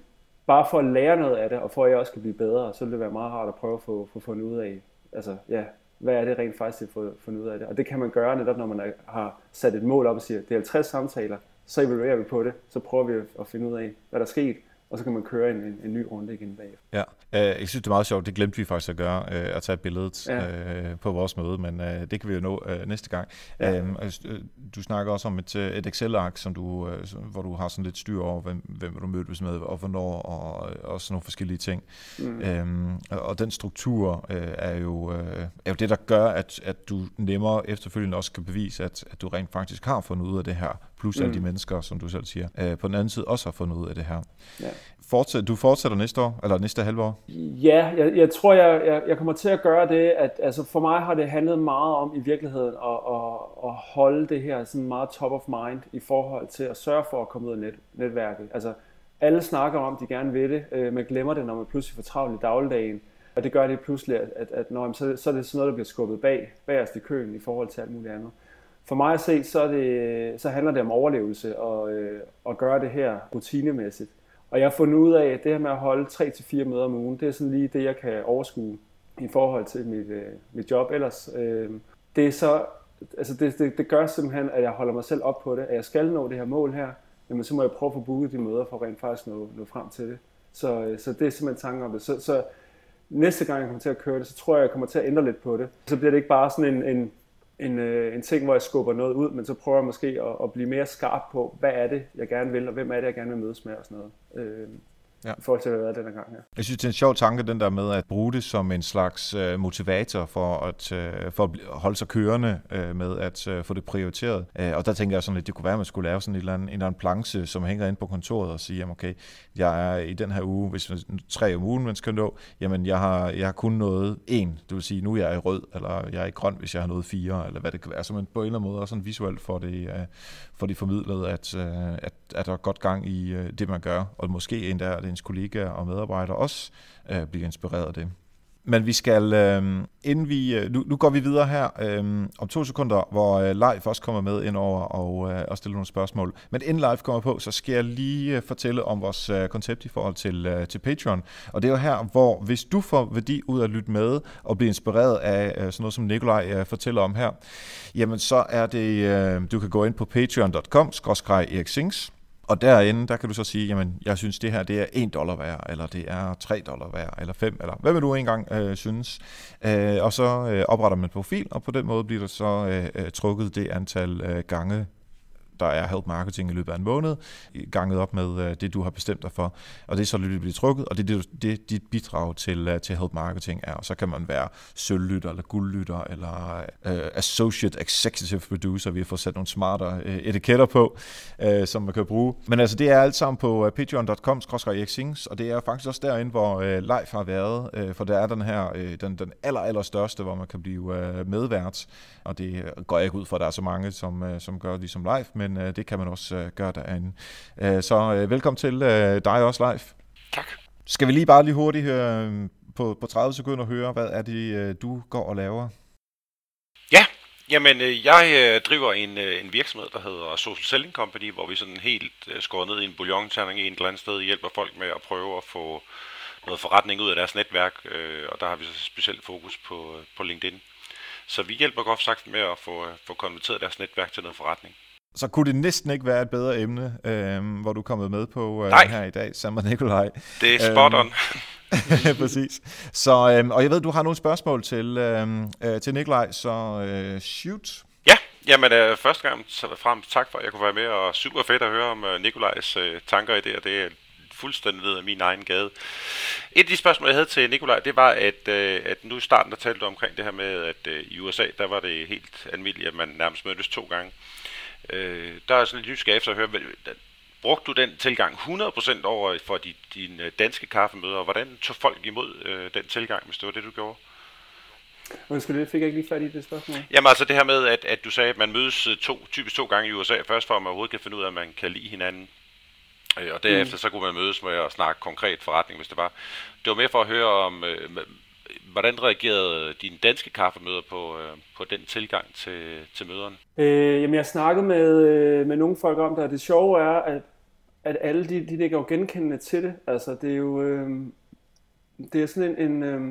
bare for at lære noget af det, og for at jeg også kan blive bedre, så vil det være meget rart at prøve at få, få fundet ud af, altså ja, hvad er det rent faktisk at få fundet ud af det. Og det kan man gøre netop, når man er, har sat et mål op og siger, det er halvtreds samtaler, så evaluerer vi på det, så prøver vi at finde ud af, hvad der er sket, og så kan man køre en, en, en ny runde igen bagefter. Ja, øh, jeg synes det er meget sjovt, det glemte vi faktisk at gøre, øh, at tage billedet ja. øh, på vores møde, men øh, det kan vi jo nå øh, næste gang. Ja. Øh, du snakker også om et, et Excel-ark, som du, øh, hvor du har sådan lidt styr over, hvem, hvem du mødtes med, og hvornår, og også nogle forskellige ting. Mm. Øh, og den struktur øh, er, jo, øh, er jo det, der gør, at, at du nemmere efterfølgende også kan bevise, at, at du rent faktisk har fundet ud af det her, plus mm. alle de mennesker, som du selv siger, øh, på den anden side også har fundet ud af det her. Ja. Fortsæt, du fortsætter næste år, eller næste halvår? Ja, jeg, jeg tror, jeg, jeg, jeg kommer til at gøre det, at altså for mig har det handlet meget om i virkeligheden at, at, at holde det her sådan meget top of mind i forhold til at sørge for at komme ud af net, netværket. Altså alle snakker om, at de gerne vil det, øh, men glemmer det, når man pludselig får travlt i dagligdagen. Og det gør det pludselig, at, at, at når, så, så er det sådan noget, der bliver skubbet bag, bagerst i køen i forhold til alt muligt andet. For mig at se, så, er det, så handler det om overlevelse og øh, at gøre det her rutinemæssigt. Og jeg har fundet ud af, at det her med at holde tre til fire møder om ugen, det er sådan lige det, jeg kan overskue i forhold til mit, øh, mit job ellers. Øh, det, er så, altså det, det, det gør simpelthen, at jeg holder mig selv op på det, at jeg skal nå det her mål her, jamen så må jeg prøve at få booket de møder for rent faktisk nå, nå frem til det. Så, øh, så det er simpelthen tanken om det. Så, så næste gang jeg kommer til at køre det, så tror jeg, jeg kommer til at ændre lidt på det. Så bliver det ikke bare sådan en... en En, øh, en ting, hvor jeg skubber noget ud, men så prøver jeg måske at, at blive mere skarp på, hvad er det, jeg gerne vil, og hvem er det, jeg gerne vil mødes med og sådan noget. Øh, ja. I forhold til, hvad det har været denne gang her. Jeg synes, det er en sjov tanke, den der med at bruge det som en slags øh, motivator for at, øh, for at holde sig kørende øh, med at øh, få det prioriteret. Øh, og der tænker jeg sådan lidt, det kunne være, at man skulle lave sådan en eller anden, en eller anden planche, som hænger inde på kontoret og siger, jamen okay, jeg er i den her uge, hvis man tre om ugen, man skal nå, jamen jeg har, jeg har kun nået en. Det vil sige, nu er jeg i rød, eller jeg er i grøn, hvis jeg har nået fire, eller hvad det kan være. Så man på en eller anden måde også sådan visuelt får det, øh, får det formidlet, at, øh, at, at der er godt gang i øh, det, man gør. Og måske endda er det ens kollegaer og medarbejdere også øh, bliver inspireret af det. Men vi skal, øh, inden vi, øh, nu, nu går vi videre her øh, om to sekunder, hvor øh, Leif også kommer med ind over og, øh, og stiller nogle spørgsmål. Men inden Leif kommer på, så skal jeg lige øh, fortælle om vores øh, koncept i forhold til, øh, til Patreon. Og det er jo her, hvor hvis du får værdi ud at lytte med og blive inspireret af øh, sådan noget, som Nikolaj øh, fortæller om her, jamen så er det, øh, du kan gå ind på patreon punktum com skråstreg Erik Sings. Og derinde, der kan du så sige, jamen, jeg synes, det her det er en dollar værd, eller det er tre dollar værd, eller fem, eller hvad vil du engang øh, synes. Øh, og så øh, opretter man en profil, og på den måde bliver der så øh, trukket det antal øh, gange, der er Help Marketing i løbet af en måned, ganget op med øh, det, du har bestemt dig for. Og det er så det, bliver trukket, og det er det, det, dit bidrag til, uh, til Help Marketing er. Og så kan man være sølvlytter, eller guldlytter, eller uh, Associate Executive Producer. Vi har fået sat nogle smartere uh, etiketter på, uh, som man kan bruge. Men altså, det er alt sammen på uh, patreon punktum com skråstreg Erik Sings, og det er faktisk også derinde, hvor uh, Leif har været, uh, for der er den her, uh, den, den aller, aller største, hvor man kan blive uh, medvært. Og det går jeg ikke ud fra, at der er så mange, som, uh, som gør ligesom Leif, men men øh, det kan man også øh, gøre derinde. Øh, så øh, velkommen til øh, dig også, Leif. Tak. Skal vi lige bare lige hurtigt øh, på, på tredive sekunder høre, hvad er det, øh, du går og laver? Ja, jamen øh, jeg øh, driver en, øh, en virksomhed, der hedder Social Selling Company, hvor vi sådan helt øh, skåret ned i en bouillonterning i et eller andet sted, hjælper folk med at prøve at få noget forretning ud af deres netværk, øh, og der har vi så specielt fokus på, på LinkedIn. Så vi hjælper godt sagt med at få, få konverteret deres netværk til noget forretning. Så kunne det næsten ikke være et bedre emne, øh, hvor du er kommet med på øh, her i dag, sammen med Nikolaj. Det er spot on. Præcis. Så, øh, og jeg ved, du har nogle spørgsmål til, øh, til Nikolaj, så øh, shoot. Ja, jamen øh, første gang frem tak for, at jeg kunne være med, og super fedt at høre om øh, Nikolajs øh, tanker i det, og det er fuldstændig ned af min egen gade. Et af de spørgsmål, jeg havde til Nikolaj, det var, at, øh, at nu i starten, der talte du omkring det her med, at øh, i U S A, der var det helt almindeligt, at man nærmest mødtes to gange. Øh, der er sådan lidt nysgerrig efter at høre, brugte du den tilgang hundrede procent over for de, dine danske kaffemøder, og hvordan tog folk imod øh, den tilgang, hvis det var det, du gjorde? Undskyld, det fik jeg ikke lige fat i det spørgsmål. Jamen altså det her med, at, at du sagde, at man mødes to, typisk to gange i U S A, først for at man overhovedet kan finde ud af, at man kan lide hinanden. Øh, og derefter mm. så kunne man mødes med at snakke konkret forretning, hvis det var. Det var mere for at høre om, øh, hvordan reagerede dine danske kaffemøder på, øh, på den tilgang til, til møderne? Øh, jamen jeg snakkede med, øh, med nogle folk om det, og det sjove er, at at alle de, de ligger jo genkendende til det. Altså, det er jo øh, det er sådan en, en øh,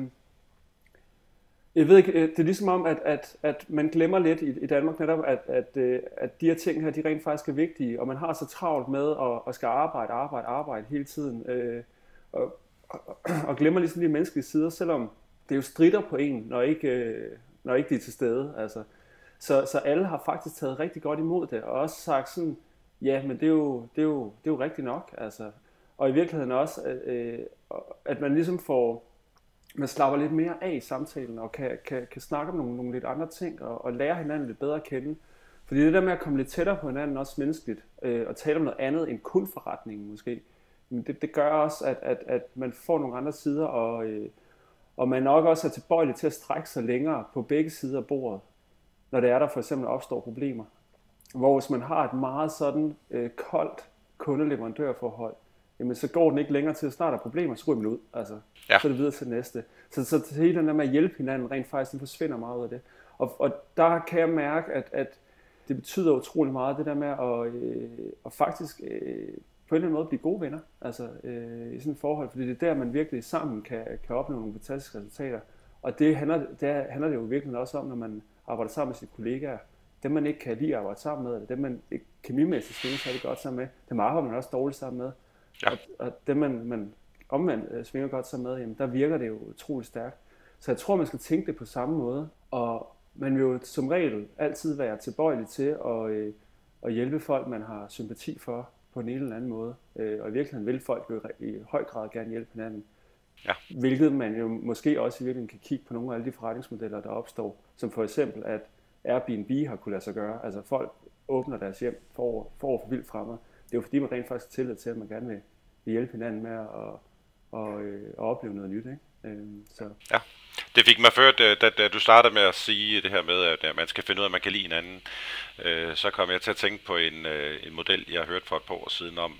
jeg ved ikke, det er ligesom om, at, at, at man glemmer lidt i, i Danmark netop, at, at, at de her ting her, de rent faktisk er vigtige, og man har så travlt med at, at skal arbejde, arbejde, arbejde hele tiden, øh, og, og, og glemmer ligesom de menneskelige sider, selvom det jo stritter på en, når ikke, øh, når ikke de er til stede. Altså. Så, så alle har faktisk taget rigtig godt imod det, og også sagt sådan, ja, men det er jo, det er jo, det er jo rigtigt nok. Altså. Og i virkeligheden også, at, øh, at man ligesom får, man slapper lidt mere af i samtalen, og kan, kan, kan snakke om nogle, nogle lidt andre ting, og, og lære hinanden lidt bedre at kende. Fordi det der med at komme lidt tættere på hinanden, også menneskeligt, øh, og tale om noget andet end kun forretningen måske, det, det gør også, at, at, at man får nogle andre sider, og, øh, og man nok også er tilbøjelig til at strække sig længere på begge sider af bordet, når det er der for eksempel opstår problemer. Hvor hvis man har et meget sådan øh, koldt kundeleverandørforhold, jamen så går den ikke længere til, at snart er problemer, så ryger man ud. Altså, ja. Så er det videre til det næste. Så, så, så hele den der med at hjælpe hinanden, rent faktisk, den forsvinder meget ud af det. Og, og der kan jeg mærke, at, at det betyder utrolig meget, det der med at, øh, at faktisk øh, på en eller anden måde blive gode venner. Altså øh, i sådan et forhold, fordi det er der, man virkelig sammen kan, kan opnå nogle fantastiske resultater. Og det handler, det handler det jo virkelig også om, når man arbejder sammen med sine kollegaer. Dem man ikke kan lide at arbejde sammen med, eller dem man ikke kemimæssigt svinger sig godt sammen med, dem arbejder man også dårligt sammen med. Ja. Og, og dem man, man omvendt øh, svinger godt sammen med, jamen, der virker det jo utroligt stærkt. Så jeg tror, man skal tænke det på samme måde, og man vil jo som regel altid være tilbøjelig til at, øh, at hjælpe folk, man har sympati for på en eller anden måde. Øh, og i virkeligheden vil folk jo i høj grad gerne hjælpe hinanden. Ja. Hvilket man jo måske også i virkeligheden kan kigge på nogle af alle de forretningsmodeller, der opstår, som for eksempel, at Airbnb har kunne lade sig gøre. Altså folk åbner deres hjem for, for, for vildt fremad. Det er jo fordi, man rent faktisk har tillid til, at man gerne vil hjælpe hinanden med at, at, at, at opleve noget nyt. Ikke? Så. Ja, det fik mig ført, da, da du startede med at sige det her med, at man skal finde ud af, at man kan lide hinanden. Så kom jeg til at tænke på en, en model, jeg har hørt for et par år siden om,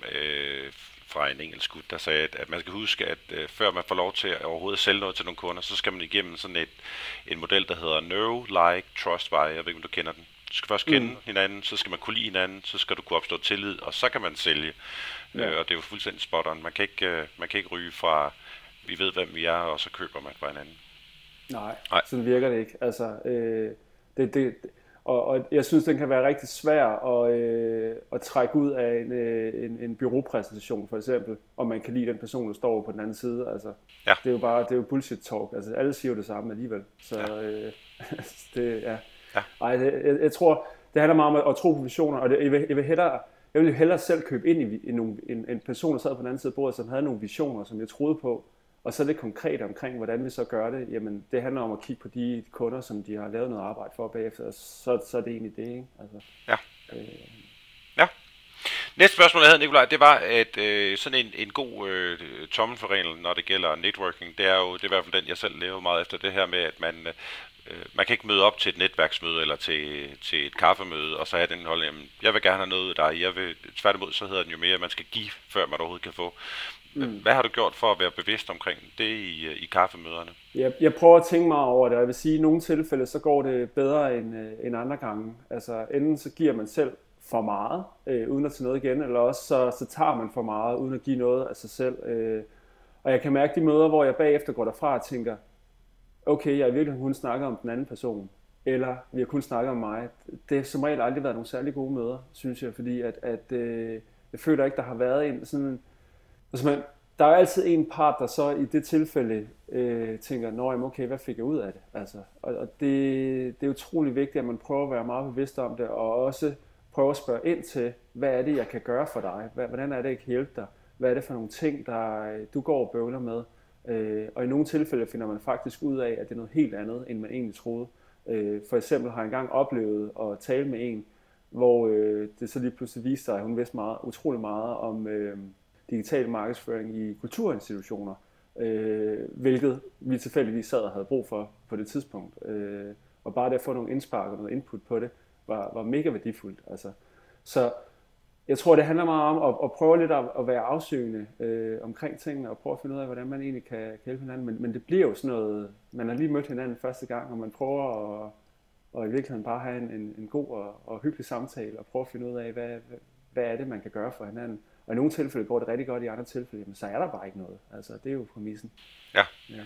fra en engelsk gut, der sagde, at man skal huske, at før man får lov til at overhovedet sælge noget til nogle kunder, så skal man igennem sådan et, en model, der hedder Know, Like, Trust, Buy. Jeg ved ikke, om du kender den. Du skal først kende mm. hinanden, så skal man kunne lide hinanden, så skal du kunne opstå tillid, og så kan man sælge. Ja. Øh, og det er jo fuldstændig spot on. Man kan ikke, øh, man kan ikke ryge fra, vi ved, hvem vi er, og så køber man fra hinanden. Nej, Nej. Sådan virker det ikke. Altså, øh, det, det, og, og jeg synes, den kan være rigtig svær at, øh, at trække ud af en, øh, en, en bureaupræsentation, for eksempel, om man kan lide den person, der står på den anden side. Altså, ja. Det er jo bare det er jo bullshit talk. Altså, alle siger jo det samme alligevel. Så ja. øh, det, ja. Ja. Ej, det, jeg, jeg tror, det handler meget om at tro på visioner, og det, jeg, vil, jeg, vil hellere, jeg vil hellere selv købe ind i, i nogle, en, en person, der sad på den anden side af bordet, som havde nogle visioner, som jeg troede på, og så det konkrete omkring, hvordan vi så gør det, jamen det handler om at kigge på de kunder, som de har lavet noget arbejde for bagefter, og så, så er det egentlig det, ikke? Altså, ja. Øh, ja. Næste spørgsmål, jeg havde, Nikolaj, det var, at øh, sådan en, en god øh, tommelforregel, når det gælder networking, det er jo det er i hvert fald den, jeg selv lever meget efter, det her med, at man, øh, man kan ikke møde op til et netværksmøde eller til, til et kaffemøde, og så have den holdning, jamen, jeg vil gerne have noget af dig, jeg vil, tværtimod, så hedder den jo mere, at man skal give, før man overhovedet kan få. Mm. Hvad har du gjort for at være bevidst omkring det i, i kaffemøderne? Jeg, jeg prøver at tænke mig over det, og jeg vil sige, at i nogle tilfælde, så går det bedre end, øh, end andre gange. Altså enten så giver man selv for meget, øh, uden at tage noget igen, eller også så, så tager man for meget, uden at give noget af sig selv. Øh, og jeg kan mærke de møder, hvor jeg bagefter går derfra og tænker, okay, jeg har virkelig kun snakket om den anden person, eller vi har kun snakket om mig. Det har som regel aldrig været nogle særlig gode møder, synes jeg, fordi at, at øh, jeg føler ikke, der har været en sådan... Altså man, der er altid en part, der så i det tilfælde øh, tænker, nå jamen okay, hvad fik jeg ud af det? Altså, og og det, det er utrolig vigtigt, at man prøver at være meget bevidst om det, og også prøve at spørge ind til, hvad er det, jeg kan gøre for dig? Hvordan er det, jeg kan hjælpe dig? Hvad er det for nogle ting, der du går og bøvler med? Øh, og i nogle tilfælde finder man faktisk ud af, at det er noget helt andet, end man egentlig troede. Øh, for eksempel har jeg engang oplevet at tale med en, hvor øh, det så lige pludselig viste sig, at hun vidste meget, utrolig meget om øh, digital markedsføring i kulturinstitutioner, øh, hvilket vi tilfældigvis sad og havde brug for på det tidspunkt. Øh, og bare det at få nogle indspark og noget input på det, var, var mega værdifuldt. Altså. Så jeg tror, det handler meget om at, at prøve lidt at, at være afsøgende øh, omkring tingene, og prøve at finde ud af, hvordan man egentlig kan, kan hjælpe hinanden. Men, men det bliver jo sådan noget, man har lige mødt hinanden første gang, og man prøver at og i virkeligheden bare have en, en, en god og, og hyggelig samtale, og prøve at finde ud af, hvad, hvad er det, man kan gøre for hinanden. Og i nogle tilfælde går det rigtig godt, i andre tilfælde, men så er der bare ikke noget. Altså, det er jo præmissen. Ja. ja.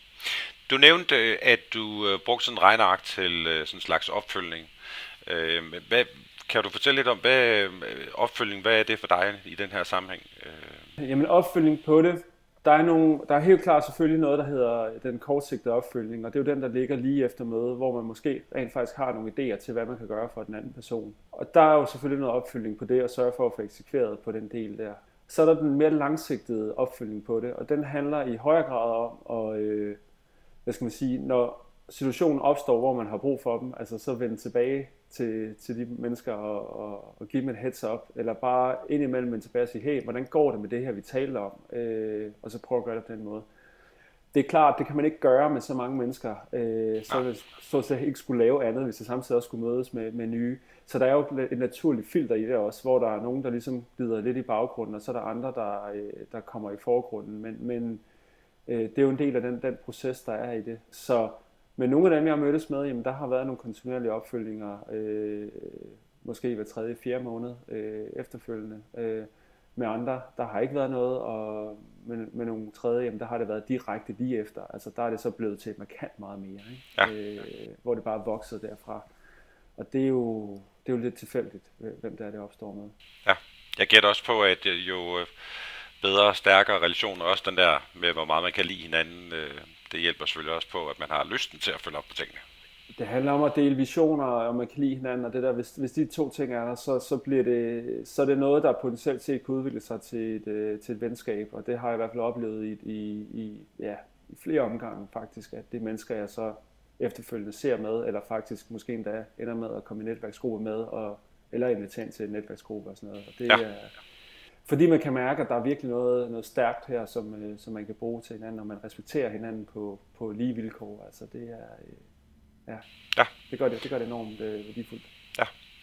Du nævnte, at du øh, brugte sådan en regneark til øh, sådan en slags opfølgning. Øh, hvad, kan du fortælle lidt om, hvad øh, opfølgning, hvad er det for dig i den her sammenhæng? Øh. Jamen opfølgning på det, der er, nogle, der er helt klart selvfølgelig noget, der hedder den kortsigtede opfølgning, og det er jo den, der ligger lige efter mødet, hvor man måske rent faktisk har nogle idéer til, hvad man kan gøre for den anden person. Og der er jo selvfølgelig noget opfølgning på det, og sørge for at få eksekveret på den del der. Så er der den mere langsigtede opfølgning på det, og den handler i højere grad om, at, øh, hvad skal man sige, når situationen opstår, hvor man har brug for dem, altså så vende tilbage til, til de mennesker og, og, og give dem et heads up, eller bare indimellem vende tilbage og sige, hey, hvordan går det med det her, vi talte om, øh, og så prøve at gøre det på den måde. Det er klart, det kan man ikke gøre med så mange mennesker, øh, så det så så ikke skulle lave andet, hvis det samtidig også skulle mødes med, med nye. Så der er jo et naturligt filter i det også, hvor der er nogen, der ligesom glider lidt i baggrunden, og så er der andre, der, øh, der kommer i forgrunden. Men, men øh, det er jo en del af den, den proces, der er i det. Så men nogle af dem, jeg har mødtes med, jamen, der har været nogle kontinuerlige opfølgninger, øh, måske hver tredje, fjerde måned øh, efterfølgende. Øh, med andre, der har ikke været noget, og med, med nogle tredje, jamen, der har det været direkte lige efter. Altså der er det så blevet til markant meget mere, ikke? Ja. Øh, hvor det bare er vokset derfra. Og det er jo, det er jo lidt tilfældigt, hvem der er, det opstår med. Ja, jeg gætter også på, at jo bedre og stærkere relationer, også den der med, hvor meget man kan lide hinanden, det hjælper selvfølgelig også på, at man har lysten til at følge op på tingene. Det handler om at dele visioner, og man kan lide hinanden, og det der, hvis, hvis de to ting er der, så, så, bliver det, så er det noget, der potentielt set kan udvikle sig til et, til et venskab, og det har jeg i hvert fald oplevet i, i, i, ja, i flere omgange faktisk, at det mennesker, jeg så efterfølgende ser med, eller faktisk måske endda ender med at komme i netværksgruppe med, og, eller invitere ind til en netværksgruppe og sådan noget. Og det ja. er, fordi man kan mærke, at der er virkelig noget, noget stærkt her, som, som man kan bruge til hinanden, og man respekterer hinanden på, på lige vilkår. Altså det er, ja, ja. Det, gør det, det gør det enormt øh, værdifuldt. Ja.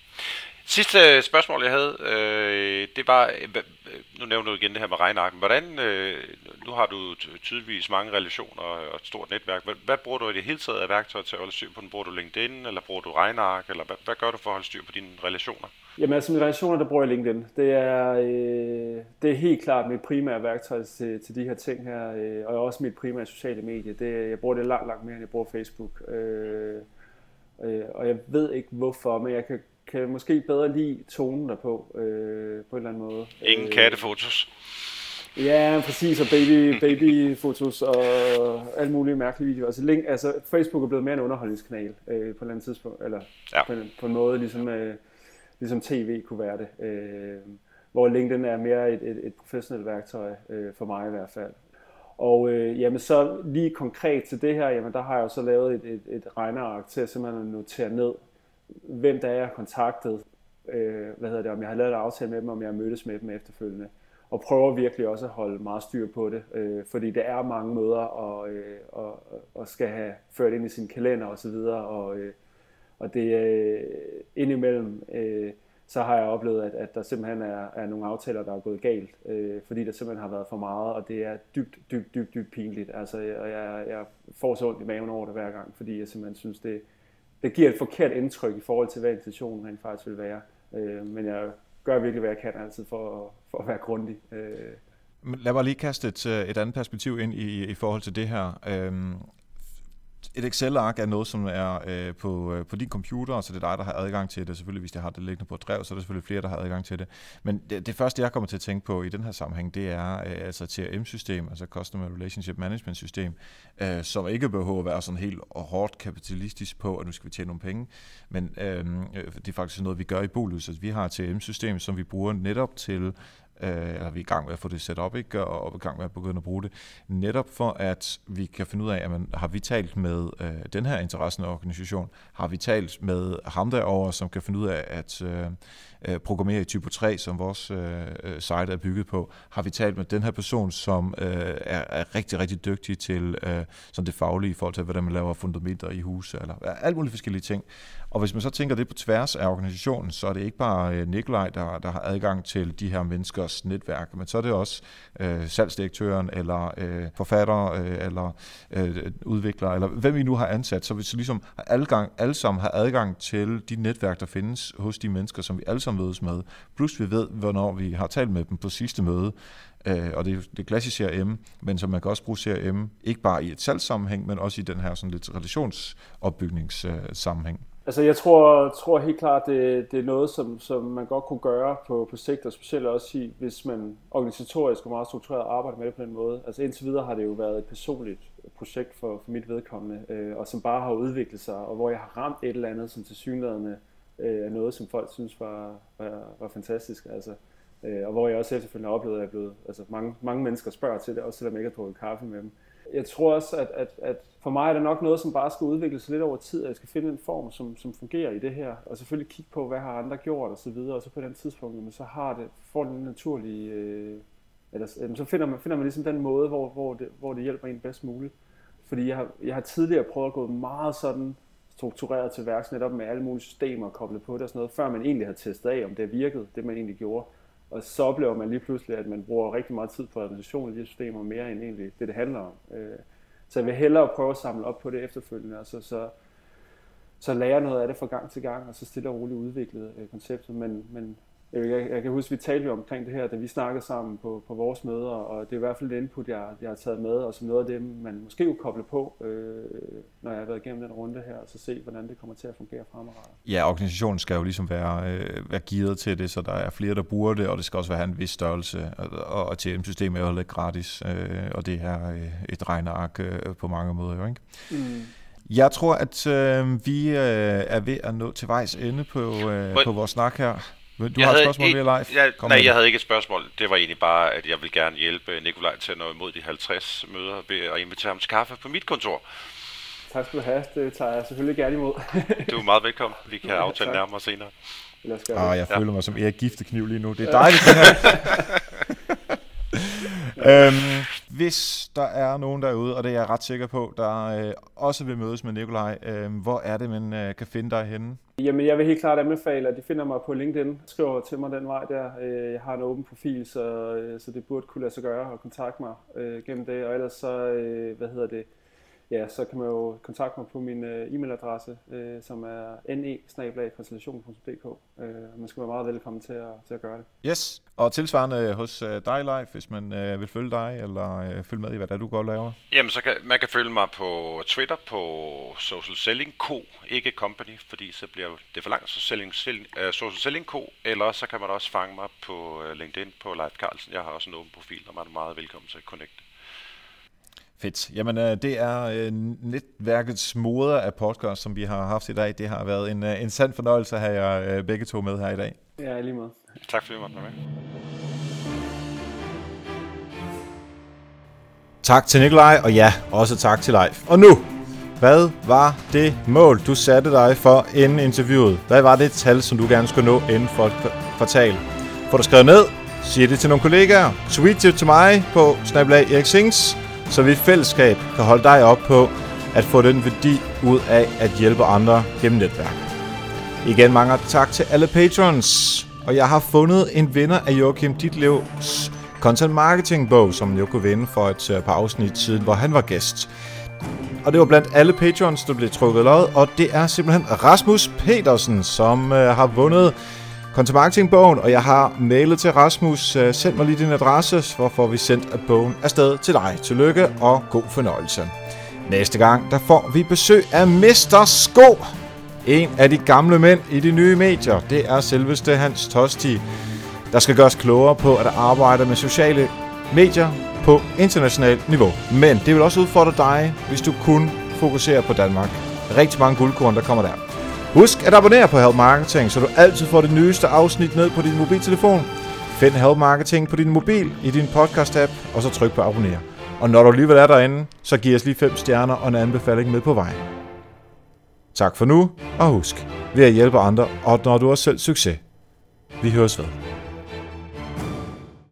Sidste spørgsmål, jeg havde, øh, det var, nu nævner du igen det her med regnearken. Hvordan, øh, nu har du tydeligvis mange relationer og et stort netværk. Hvad, hvad bruger du i det hele taget af værktøjer til at holde styr på den? Bruger du LinkedIn, eller bruger du regneark, eller hvad, hvad gør du for at holde styr på dine relationer? Jamen altså mine relationer, der bruger jeg LinkedIn. Det er, øh, det er helt klart mit primære værktøj til, til de her ting her, øh, og også mit primære sociale medie. Det, jeg bruger det langt, langt mere, end jeg bruger Facebook. Øh, øh, og jeg ved ikke hvorfor, men jeg kan kan måske bedre lide tonen derpå, øh, på en eller anden måde. Ingen kattefotos. Ja, præcis, og baby, babyfotos og alle mulige mærkelige videoer. Altså, link, altså Facebook er blevet mere en underholdningskanal øh, på et eller andet tidspunkt, eller ja. på, en, på en måde, ligesom, øh, ligesom tv kunne være det. Øh, hvor LinkedIn er mere et, et, et professionelt værktøj, øh, for mig i hvert fald. Og øh, jamen så lige konkret til det her, jamen der har jeg jo så lavet et, et, et regneark til at simpelthen notere ned, hvem der er kontaktet, øh, hvad hedder det, om jeg har lavet en aftale med dem, om jeg har mødtes med dem efterfølgende, og prøver virkelig også at holde meget styr på det, øh, fordi det er mange møder, og, øh, og, og skal have ført ind i sin kalender og så videre, og, øh, og det øh, indimellem, øh, så har jeg oplevet, at, at der simpelthen er, er nogle aftaler, der er gået galt, øh, fordi der simpelthen har været for meget, og det er dybt, dybt, dybt, dybt pinligt, altså, og jeg, jeg får så ondt i maven over det hver gang, fordi jeg simpelthen synes, det Det giver et forkert indtryk i forhold til, hvad intentionen rent faktisk vil være. Øh, men jeg gør virkelig, hvad jeg kan altid for, for at være grundig. Øh. Lad mig lige kaste et, et andet perspektiv ind i, i forhold til det her. Øhm, et Excel-ark er noget, som er øh, på, øh, på din computer, så det er dig, der har adgang til det. Selvfølgelig, hvis jeg har det liggende på et drev, så er der selvfølgelig flere, der har adgang til det. Men det, det første, jeg kommer til at tænke på i den her sammenhæng, det er øh, altså T R M-system, altså Customer Relationship Management system, øh, som ikke behøver at være sådan helt hårdt kapitalistisk på, at nu skal vi tjene nogle penge. Men øh, det er faktisk noget, vi gør i Bolus. Altså, vi har et T R M-system, som vi bruger netop til eller vi er i gang med at få det sat op, ikke? Og er i gang med at begynde at bruge det, netop for at vi kan finde ud af, at man, har vi talt med øh, den her interessende organisation, har vi talt med ham derovre, som kan finde ud af at øh, programmere i Typo tre, som vores øh, site er bygget på, har vi talt med den her person, som øh, er, er rigtig, rigtig dygtig til øh, sådan det faglige i forhold til, hvordan man laver fundamenter i huse, eller alt mulige forskellige ting. Og hvis man så tænker det på tværs af organisationen, så er det ikke bare Nikolaj, der, der har adgang til de her menneskers netværk, men så er det også øh, salgsdirektøren, eller øh, forfatter, øh, eller øh, udvikler, eller hvem I nu har ansat. Så hvis vi ligesom alle, gang, alle sammen har adgang til de netværk, der findes hos de mennesker, som vi alle sammen mødes med, plus vi ved, hvornår vi har talt med dem på sidste møde, øh, og det er det klassiske C R M, men som man kan også bruge C R M, ikke bare i et salgssammenhæng, men også i den her sådan lidt relationsopbygningssammenhæng. Altså jeg tror, tror helt klart, det, det er noget, som, som man godt kunne gøre på, på sigt, og specielt også i, hvis man organisatorisk og meget struktureret arbejder med det på den måde. Altså indtil videre har det jo været et personligt projekt for, for mit vedkommende, øh, og som bare har udviklet sig, og hvor jeg har ramt et eller andet, som tilsyneladende øh, er noget, som folk synes var, var, var fantastisk. Altså, øh, og hvor jeg også efterfølgende har oplevet, at jeg er blevet, altså mange, mange mennesker spørger til det, også selvom jeg ikke har drukket kaffe med dem. Jeg tror også, at, at, at for mig er det nok noget, som bare skal udvikle sig lidt over tid, at jeg skal finde en form, som, som fungerer i det her, og selvfølgelig kigge på, hvad har andre gjort og så videre, og så på den tidspunkt, men så har det, får det en naturlig, øh, eller, så finder man, finder man ligesom den måde, hvor, hvor, det, hvor det hjælper en bedst muligt. Fordi jeg har, jeg har tidligere prøvet at gå meget sådan struktureret til værks, netop med alle mulige systemer koblet på det og sådan noget, før man egentlig har testet af, om det har virket, det man egentlig gjorde. Og så oplever man lige pludselig, at man bruger rigtig meget tid på administration af de her systemer, mere end egentlig det, det handler om. Så jeg vil hellere prøve at samle op på det efterfølgende, og så, så, så lære noget af det fra gang til gang, og så stille og roligt udvikle konceptet. Men, men jeg, jeg kan huske, at vi talte jo omkring det her, da vi snakkede sammen på, på vores møder, og det er i hvert fald et input, jeg, jeg har taget med, og som noget af det, man måske kunne koble på, øh, når jeg har været igennem den runde her, og så se, hvordan det kommer til at fungere fremadrettet. Ja, organisationen skal jo ligesom være, øh, være gearet til det, så der er flere, der bruger det, og det skal også være en vis størrelse, og, og T M-systemet er jo lidt gratis, øh, og det her øh, et regneark øh, på mange måder, jo, ikke? Mm. Jeg tror, at øh, vi øh, er ved at nå til vejs ende på, øh, på vores snak her. Du jeg har et spørgsmål mere live? Jeg, nej, jeg havde ikke et spørgsmål. Det var egentlig bare, at jeg vil gerne hjælpe Nikolaj til at nå imod de halvtreds møder ved at invitere ham til kaffe på mit kontor. Tak skal du have. Det tager jeg selvfølgelig gerne imod. Du er meget velkommen. Vi kan aftale ja, nærmere senere. Ah, jeg føler ja. mig som Erik Giftekniv lige nu. Det er dejligt det her. øhm, hvis der er nogen derude, og det er jeg ret sikker på, der øh, også vil mødes med Nikolaj, øh, hvor er det, man øh, kan finde dig henne? Jamen, jeg vil helt klart anbefale, at de finder mig på LinkedIn. Skriver til mig den vej der. Jeg har en åben profil, så, så det burde kunne lade sig gøre og kontakte mig øh, gennem det. Og ellers så, øh, hvad hedder det, ja, så kan man jo kontakte mig på min øh, e-mailadresse, øh, som er ne bindestreg konstellation punktum d k. Øh, man skal være meget velkommen til at, til at gøre det. Yes, og tilsvarende hos øh, dig, Leif, hvis man øh, vil følge dig, eller øh, følge med i, hvad der du går og laver? Jamen, så kan, man kan følge mig på Twitter på Social Selling Co, ikke Company, fordi så bliver det for langt, så selling, selling, uh, Social Selling Co, eller så kan man også fange mig på uh, LinkedIn på Leif Carlsen. Jeg har også en åben profil, og man er meget velkommen til at connecte. Fedt. Jamen, det er netværkets moder af podcast, som vi har haft i dag. Det har været en, en sand fornøjelse at have jer begge to med her i dag. Ja, lige måde. Tak fordi I måtte være med. Tak til Nikolaj, og ja, også tak til Leif. Og nu, hvad var det mål, du satte dig for inden interviewet? Hvad var det tal, som du gerne skulle nå inden for et kvartal? Få det skrevet ned, sig det til nogle kollegaer, tweet det til mig på snabel-a Erik Sings, så vi i fællesskab kan holde dig op på at få den værdi ud af at hjælpe andre gennem netværk. Igen mange tak til alle patrons, og jeg har fundet en vinder af Joachim Ditlevs content marketing bog, som jeg kunne vinde for et par afsnit siden, hvor han var gæst. Og det var blandt alle patrons, der blev trukket lod, og det er simpelthen Rasmus Petersen, som øh, har vundet content marketing bogen, og jeg har mailet til Rasmus, øh, send mig lige din adresse, så får vi sendt bogen afsted til dig. Tillykke og god fornøjelse. Næste gang, der får vi besøg af mister Sko, en af de gamle mænd i de nye medier. Det er selveste Hans Tosti, der skal gøres klogere på at arbejde med sociale medier på internationalt niveau. Men det vil også udfordre dig, hvis du kun fokuserer på Danmark. Rigtig mange guldkorn, der kommer der. Husk at abonnere på Help Marketing, så du altid får det nyeste afsnit ned på din mobiltelefon. Find Help Marketing på din mobil i din podcast-app, og så tryk på abonner. Og når du alligevel er derinde, så giv os lige fem stjerner og en anbefaling med på vejen. Tak for nu, og husk, ved at hjælpe andre, og når du har selv succes. Vi høres ved.